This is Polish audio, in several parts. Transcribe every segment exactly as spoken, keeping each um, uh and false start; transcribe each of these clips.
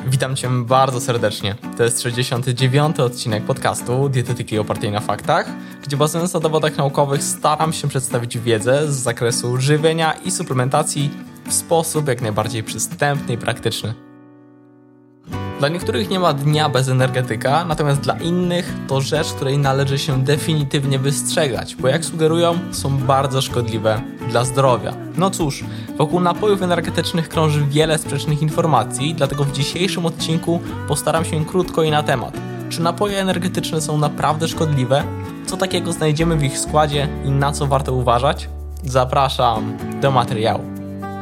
Witam Cię bardzo serdecznie. To jest sześćdziesiąty dziewiąty odcinek podcastu Dietetyki opartej na faktach, gdzie bazując na dowodach naukowych staram się przedstawić wiedzę z zakresu żywienia i suplementacji w sposób jak najbardziej przystępny i praktyczny. Dla niektórych nie ma dnia bez energetyka, natomiast dla innych to rzecz, której należy się definitywnie wystrzegać, bo jak sugerują, są bardzo szkodliwe dla zdrowia. No cóż, wokół napojów energetycznych krąży wiele sprzecznych informacji, dlatego w dzisiejszym odcinku postaram się krótko i na temat. Czy napoje energetyczne są naprawdę szkodliwe? Co takiego znajdziemy w ich składzie i na co warto uważać? Zapraszam do materiału.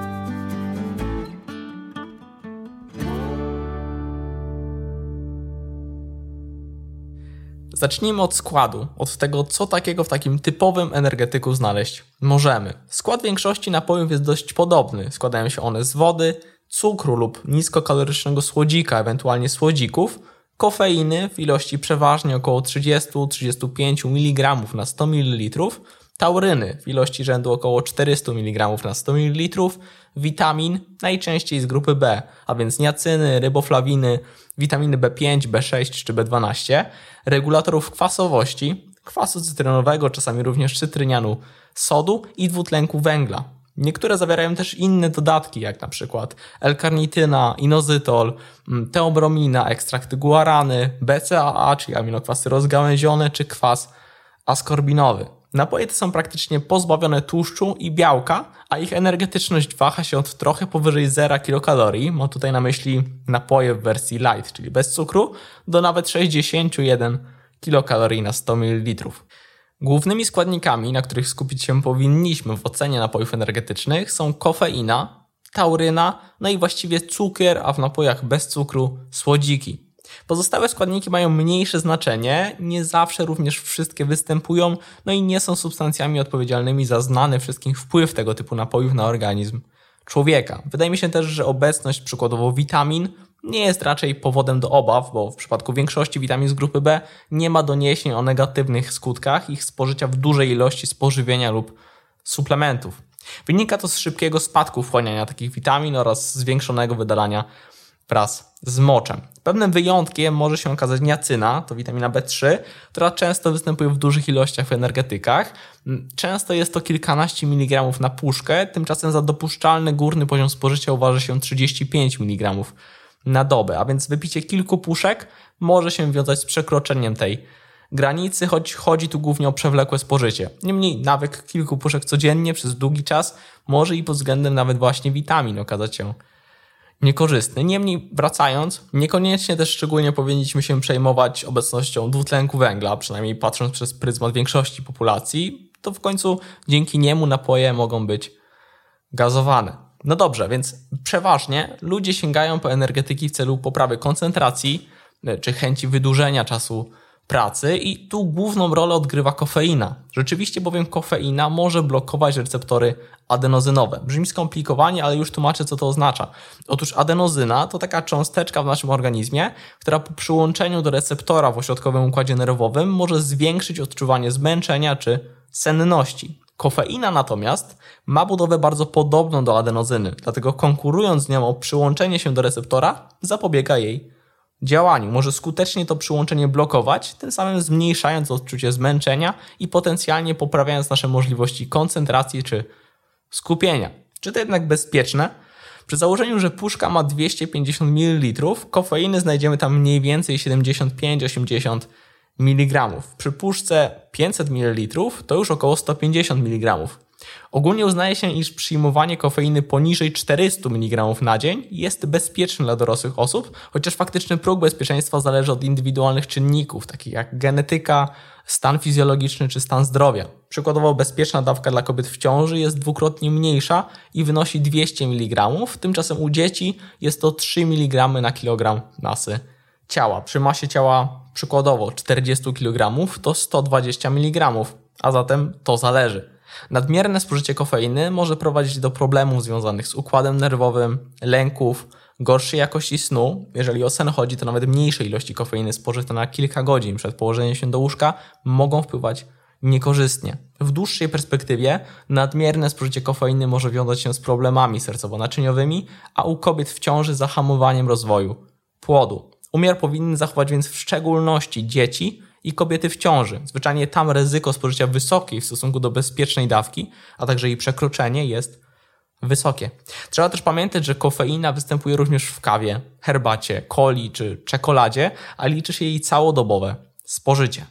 Zacznijmy od składu, od tego, co takiego w takim typowym energetyku znaleźć możemy. Skład większości napojów jest dość podobny. Składają się one z wody, cukru lub niskokalorycznego słodzika, ewentualnie słodzików, kofeiny w ilości przeważnie około trzydzieści do trzydziestu pięciu miligramów na sto mililitrów, tauryny w ilości rzędu około czterysta miligramów na sto mililitrów, witamin najczęściej z grupy B, a więc niacyny, ryboflawiny, witaminy B pięć, B sześć czy B dwanaście, regulatorów kwasowości, kwasu cytrynowego, czasami również cytrynianu, sodu i dwutlenku węgla. Niektóre zawierają też inne dodatki, jak na przykład L-karnityna, inozytol, teobromina, ekstrakty guarany, B C A A, czyli aminokwasy rozgałęzione, czy kwas askorbinowy. Napoje te są praktycznie pozbawione tłuszczu i białka, a ich energetyczność waha się od trochę powyżej zera kilokalorii, mam tutaj na myśli napoje w wersji light, czyli bez cukru, do nawet sześćdziesiąt jeden kilokalorii na sto mililitrów. Głównymi składnikami, na których skupić się powinniśmy w ocenie napojów energetycznych, są kofeina, tauryna, no i właściwie cukier, a w napojach bez cukru słodziki. Pozostałe składniki mają mniejsze znaczenie, nie zawsze również wszystkie występują, no i nie są substancjami odpowiedzialnymi za znany wszystkim wpływ tego typu napojów na organizm człowieka. Wydaje mi się też, że obecność przykładowo witamin nie jest raczej powodem do obaw, bo w przypadku większości witamin z grupy B nie ma doniesień o negatywnych skutkach ich spożycia w dużej ilości spożywienia lub suplementów. Wynika to z szybkiego spadku wchłaniania takich witamin oraz zwiększonego wydalania wraz z moczem. Pewnym wyjątkiem może się okazać niacyna, to witamina B trzy, która często występuje w dużych ilościach w energetykach. Często jest to kilkanaście miligramów na puszkę, tymczasem za dopuszczalny górny poziom spożycia uważa się trzydzieści pięć miligramów na dobę, a więc wypicie kilku puszek może się wiązać z przekroczeniem tej granicy, choć chodzi tu głównie o przewlekłe spożycie. Niemniej nawyk kilku puszek codziennie przez długi czas może i pod względem nawet właśnie witamin okazać się niekorzystny. Niemniej wracając, niekoniecznie też szczególnie powinniśmy się przejmować obecnością dwutlenku węgla, przynajmniej patrząc przez pryzmat większości populacji, to w końcu dzięki niemu napoje mogą być gazowane. No dobrze, więc przeważnie ludzie sięgają po energetyki w celu poprawy koncentracji czy chęci wydłużenia czasu pracy i tu główną rolę odgrywa kofeina. Rzeczywiście bowiem kofeina może blokować receptory adenozynowe. Brzmi skomplikowanie, ale już tłumaczę, co to oznacza. Otóż adenozyna to taka cząsteczka w naszym organizmie, która po przyłączeniu do receptora w ośrodkowym układzie nerwowym może zwiększyć odczuwanie zmęczenia czy senności. Kofeina natomiast ma budowę bardzo podobną do adenozyny, dlatego konkurując z nią o przyłączenie się do receptora, zapobiega jej działaniu. Może skutecznie to przyłączenie blokować, tym samym zmniejszając odczucie zmęczenia i potencjalnie poprawiając nasze możliwości koncentracji czy skupienia. Czy to jednak bezpieczne? Przy założeniu, że puszka ma dwieście pięćdziesiąt mililitrów, kofeiny znajdziemy tam mniej więcej siedemdziesiąt pięć do osiemdziesięciu miligramów. Przy puszce pięćset mililitrów to już około sto pięćdziesiąt miligramów. Ogólnie uznaje się, iż przyjmowanie kofeiny poniżej czterystu miligramów na dzień jest bezpieczne dla dorosłych osób, chociaż faktyczny próg bezpieczeństwa zależy od indywidualnych czynników, takich jak genetyka, stan fizjologiczny czy stan zdrowia. Przykładowo bezpieczna dawka dla kobiet w ciąży jest dwukrotnie mniejsza i wynosi dwieście miligramów, tymczasem u dzieci jest to trzy miligramy na kilogram masy ciała. Przy masie ciała przykładowo czterdzieści kilogramów to sto dwadzieścia miligramów, a zatem to zależy. Nadmierne spożycie kofeiny może prowadzić do problemów związanych z układem nerwowym, lęków, gorszej jakości snu. Jeżeli o sen chodzi, to nawet mniejsze ilości kofeiny spożyte na kilka godzin przed położeniem się do łóżka mogą wpływać niekorzystnie. W dłuższej perspektywie nadmierne spożycie kofeiny może wiązać się z problemami sercowo-naczyniowymi, a u kobiet w ciąży zahamowaniem rozwoju płodu. Umiar powinny zachować więc w szczególności dzieci i kobiety w ciąży. Zwyczajnie tam ryzyko spożycia wysokiej w stosunku do bezpiecznej dawki, a także jej przekroczenie jest wysokie. Trzeba też pamiętać, że kofeina występuje również w kawie, herbacie, coli czy czekoladzie, a liczy się jej całodobowe spożycie.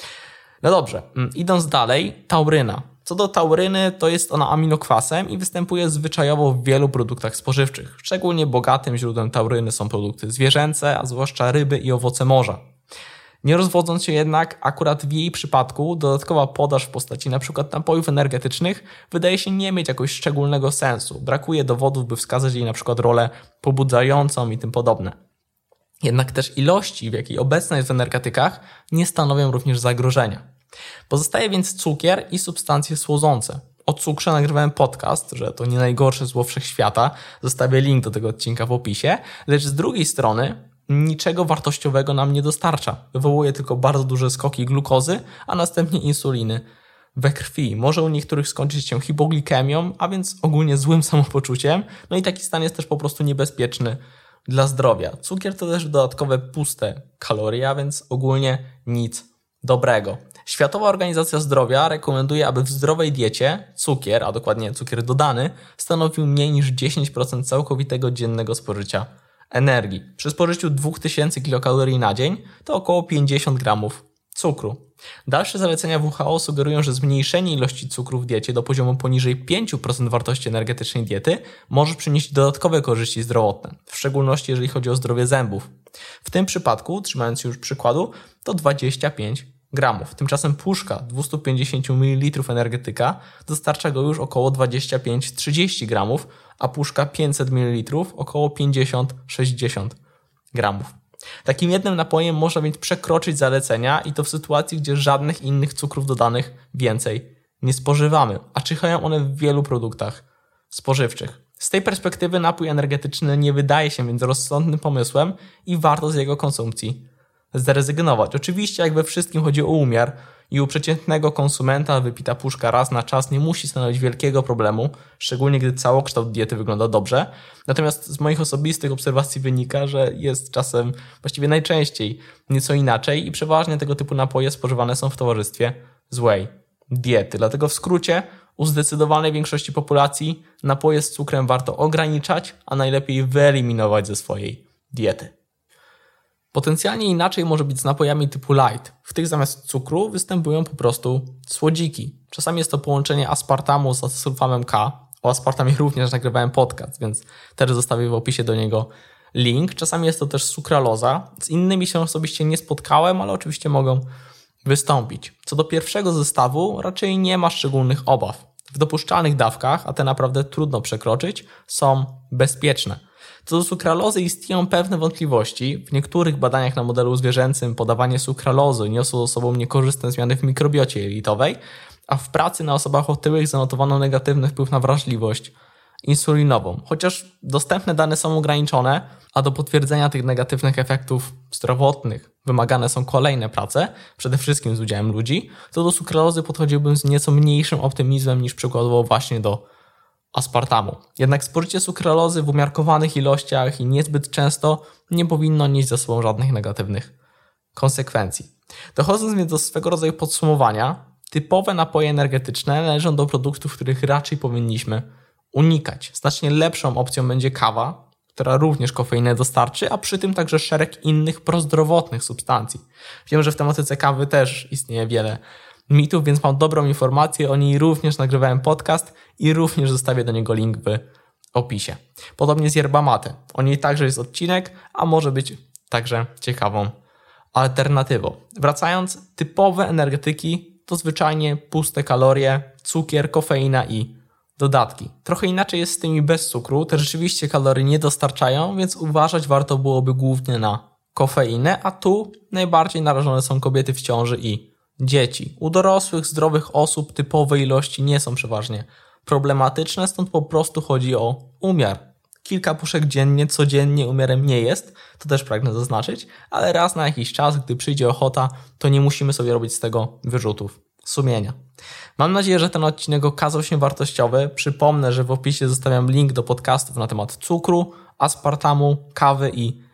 No dobrze, idąc dalej, tauryna. Co do tauryny, to jest ona aminokwasem i występuje zwyczajowo w wielu produktach spożywczych. Szczególnie bogatym źródłem tauryny są produkty zwierzęce, a zwłaszcza ryby i owoce morza. Nie rozwodząc się jednak, akurat w jej przypadku dodatkowa podaż w postaci np. napojów energetycznych wydaje się nie mieć jakoś szczególnego sensu. Brakuje dowodów, by wskazać jej np. rolę pobudzającą i tym podobne. Jednak też ilości, w jakiej obecna jest w energetykach, nie stanowią również zagrożenia. Pozostaje więc cukier i substancje słodzące. O cukrze nagrywałem podcast, że to nie najgorsze zło wszechświata. Zostawię link do tego odcinka w opisie. Lecz z drugiej strony niczego wartościowego nam nie dostarcza. Wywołuje tylko bardzo duże skoki glukozy, a następnie insuliny we krwi. Może u niektórych skończyć się hipoglikemią, a więc ogólnie złym samopoczuciem. No i taki stan jest też po prostu niebezpieczny dla zdrowia. Cukier to też dodatkowe puste kalorie, a więc ogólnie nic dobrego. Światowa Organizacja Zdrowia rekomenduje, aby w zdrowej diecie cukier, a dokładnie cukier dodany, stanowił mniej niż dziesięć procent całkowitego dziennego spożycia energii. Przy spożyciu dwa tysiące kilokalorii na dzień to około pięćdziesiąt gramów cukru. Dalsze zalecenia W H O sugerują, że zmniejszenie ilości cukru w diecie do poziomu poniżej pięć procent wartości energetycznej diety może przynieść dodatkowe korzyści zdrowotne, w szczególności jeżeli chodzi o zdrowie zębów. W tym przypadku, trzymając się już przykładu, to dwadzieścia pięć gramów. Tymczasem puszka dwieście pięćdziesiąt mililitrów energetyka dostarcza go już około dwadzieścia pięć do trzydziestu gramów, a puszka pięćset mililitrów około pięćdziesiąt do sześćdziesięciu gramów. Takim jednym napojem można więc przekroczyć zalecenia i to w sytuacji, gdzie żadnych innych cukrów dodanych więcej nie spożywamy, a czyhają one w wielu produktach spożywczych. Z tej perspektywy napój energetyczny nie wydaje się więc rozsądnym pomysłem i warto z jego konsumpcji zrezygnować. Oczywiście jak we wszystkim chodzi o umiar i u przeciętnego konsumenta wypita puszka raz na czas nie musi stanowić wielkiego problemu, szczególnie gdy całokształt diety wygląda dobrze. Natomiast z moich osobistych obserwacji wynika, że jest czasem, właściwie najczęściej, nieco inaczej i przeważnie tego typu napoje spożywane są w towarzystwie złej diety. Dlatego w skrócie, u zdecydowanej większości populacji napoje z cukrem warto ograniczać, a najlepiej wyeliminować ze swojej diety. Potencjalnie inaczej może być z napojami typu light. W tych zamiast cukru występują po prostu słodziki. Czasami jest to połączenie aspartamu z acesulfamem K. O aspartamie również nagrywałem podcast, więc też zostawię w opisie do niego link. Czasami jest to też sukraloza. Z innymi się osobiście nie spotkałem, ale oczywiście mogą wystąpić. Co do pierwszego zestawu raczej nie ma szczególnych obaw. W dopuszczalnych dawkach, a te naprawdę trudno przekroczyć, są bezpieczne. Co do sukralozy istnieją pewne wątpliwości. W niektórych badaniach na modelu zwierzęcym podawanie sukralozy niosło ze sobą niekorzystne zmiany w mikrobiocie jelitowej, a w pracy na osobach otyłych zanotowano negatywny wpływ na wrażliwość insulinową. Chociaż dostępne dane są ograniczone, a do potwierdzenia tych negatywnych efektów zdrowotnych wymagane są kolejne prace, przede wszystkim z udziałem ludzi, to do sukralozy podchodziłbym z nieco mniejszym optymizmem niż przykładowo właśnie do aspartamu. Jednak spożycie sukralozy w umiarkowanych ilościach i niezbyt często nie powinno nieść za sobą żadnych negatywnych konsekwencji. Dochodząc więc do swego rodzaju podsumowania, typowe napoje energetyczne należą do produktów, których raczej powinniśmy unikać. Znacznie lepszą opcją będzie kawa, która również kofeinę dostarczy, a przy tym także szereg innych prozdrowotnych substancji. Wiem, że w tematyce kawy też istnieje wiele mitów, więc mam dobrą informację, o niej również nagrywałem podcast i również zostawię do niego link w opisie. Podobnie z yerba mate. O niej także jest odcinek, a może być także ciekawą alternatywą. Wracając, typowe energetyki to zwyczajnie puste kalorie, cukier, kofeina i dodatki. Trochę inaczej jest z tymi bez cukru, te rzeczywiście kalorii nie dostarczają, więc uważać warto byłoby głównie na kofeinę, a tu najbardziej narażone są kobiety w ciąży i dzieci. U dorosłych, zdrowych osób typowe ilości nie są przeważnie problematyczne, stąd po prostu chodzi o umiar. Kilka puszek dziennie, codziennie umiarem nie jest, to też pragnę zaznaczyć, ale raz na jakiś czas, gdy przyjdzie ochota, to nie musimy sobie robić z tego wyrzutów sumienia. Mam nadzieję, że ten odcinek okazał się wartościowy. Przypomnę, że w opisie zostawiam link do podcastów na temat cukru, aspartamu, kawy i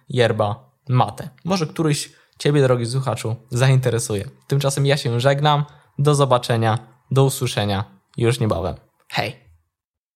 yerba mate. Może któryś Ciebie, drogi słuchaczu, zainteresuje. Tymczasem ja się żegnam. Do zobaczenia, do usłyszenia już niebawem. Hej!